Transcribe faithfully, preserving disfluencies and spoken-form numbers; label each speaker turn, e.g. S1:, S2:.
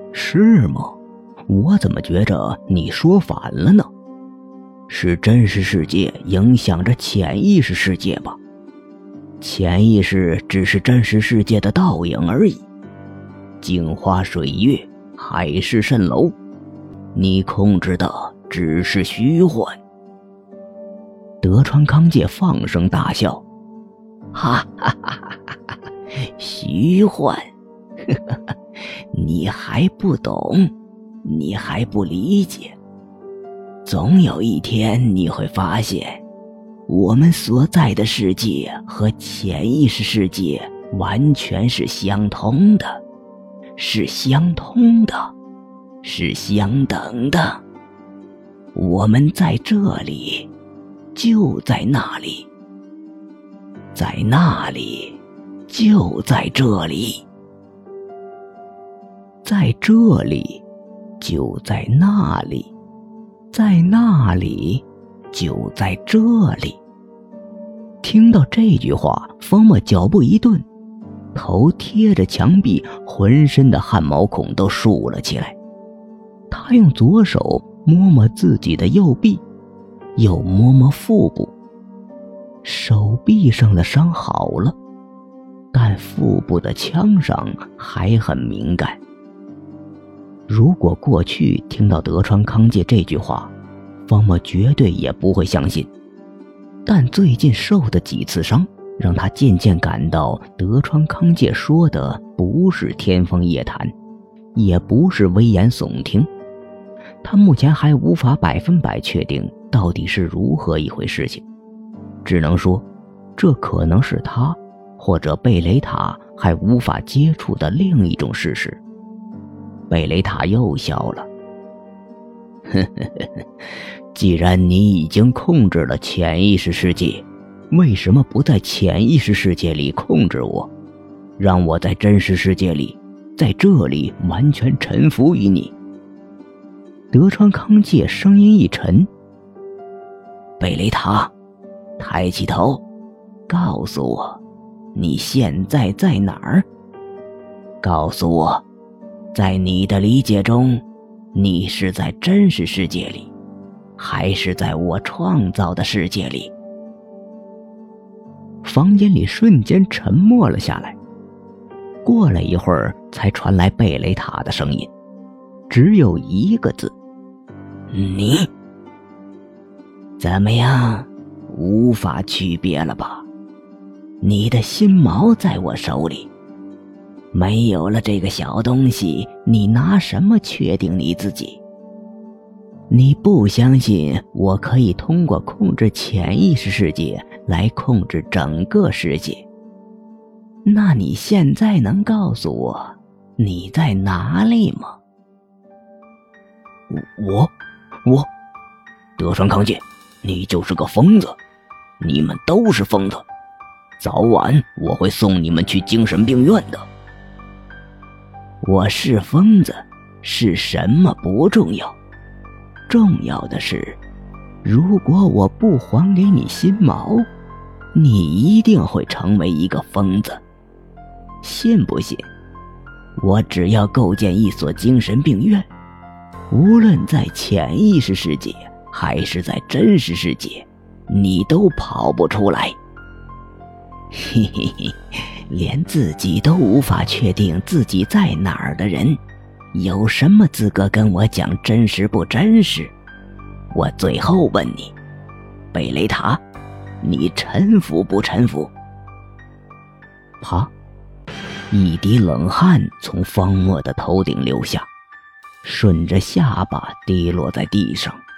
S1: 是吗？我怎么觉着你说反了呢？是真实世界影响着潜意识世界吧？潜意识只是真实世界的倒影而已。镜花水月，海市蜃楼，你控制的只是虚幻。德川康介放声大笑，哈哈哈哈哈！虚幻，呵呵，你还不懂，你还不理解。总有一天你会发现，我们所在的世界和潜意识世界完全是相通的，是相通的，是相等的。我们在这里，就在那里，在那里，就在这里，在这里，就在那里，在那里，就在这里。听到这句话，方墨脚步一顿，头贴着墙壁，浑身的汗毛孔都竖了起来。他用左手摸摸自己的右臂，又摸摸腹部。手臂上的伤好了，但腹部的枪伤还很敏感。如果过去听到德川康介这句话，方墨绝对也不会相信。但最近受的几次伤，让他渐渐感到德川康介说的不是天方夜谭，也不是危言耸听。他目前还无法百分百确定到底是如何一回事情，只能说这可能是他或者贝雷塔还无法接触的另一种事实。贝雷塔又笑了，呵呵呵，既然你已经控制了潜意识世界，为什么不在潜意识世界里控制我，让我在真实世界里，在这里完全臣服于你？德川康介声音一沉，贝雷塔，抬起头，告诉我，你现在在哪儿？告诉我，在你的理解中，你是在真实世界里，还是在我创造的世界里？房间里瞬间沉默了下来，过了一会儿才传来贝雷塔的声音，只有一个字：你。怎么样，无法区别了吧？你的心锚在我手里，没有了这个小东西，你拿什么确定你自己？你不相信我可以通过控制潜意识世界来控制整个世界，那你现在能告诉我你在哪里吗？我我德川康介，你就是个疯子，你们都是疯子，早晚我会送你们去精神病院的。我是疯子，是什么不重要，重要的是，如果我不还给你心锚，你一定会成为一个疯子。信不信？我只要构建一所精神病院，无论在潜意识世界还是在真实世界，你都跑不出来。嘿嘿嘿，连自己都无法确定自己在哪儿的人，有什么资格跟我讲真实不真实？我最后问你，贝雷塔，你臣服不臣服？啪！一滴冷汗从方墨的头顶流下，顺着下巴滴落在地上。